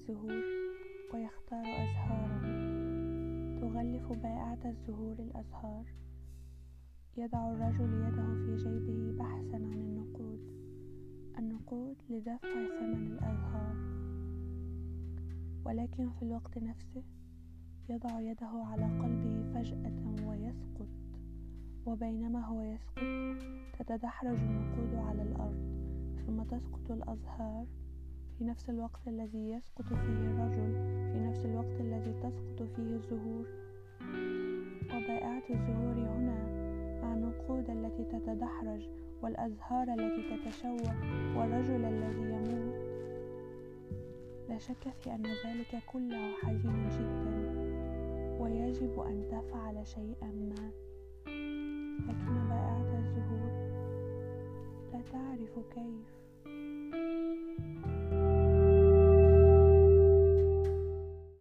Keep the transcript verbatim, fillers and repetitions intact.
الزهور ويختار أزهارا. تغلف بائعة الزهور الأزهار. يضع الرجل يده في جيبه بحثا عن النقود النقود لدفع ثمن الأزهار، ولكن في الوقت نفسه يضع يده على قلبه فجأة ويسقط، وبينما هو يسقط تتدحرج النقود على الأرض، ثم تسقط الأزهار في نفس الوقت الذي يسقط فيه الرجل، في نفس الوقت الذي تسقط فيه الزهور. وبائعة الزهور هنا مع النقود التي تتدحرج والأزهار التي تتشوه والرجل الذي يموت. لا شك في أن ذلك كله حزين جدا، ويجب أن تفعل شيئا ما، لكن بائعة الزهور لا تعرف كيف.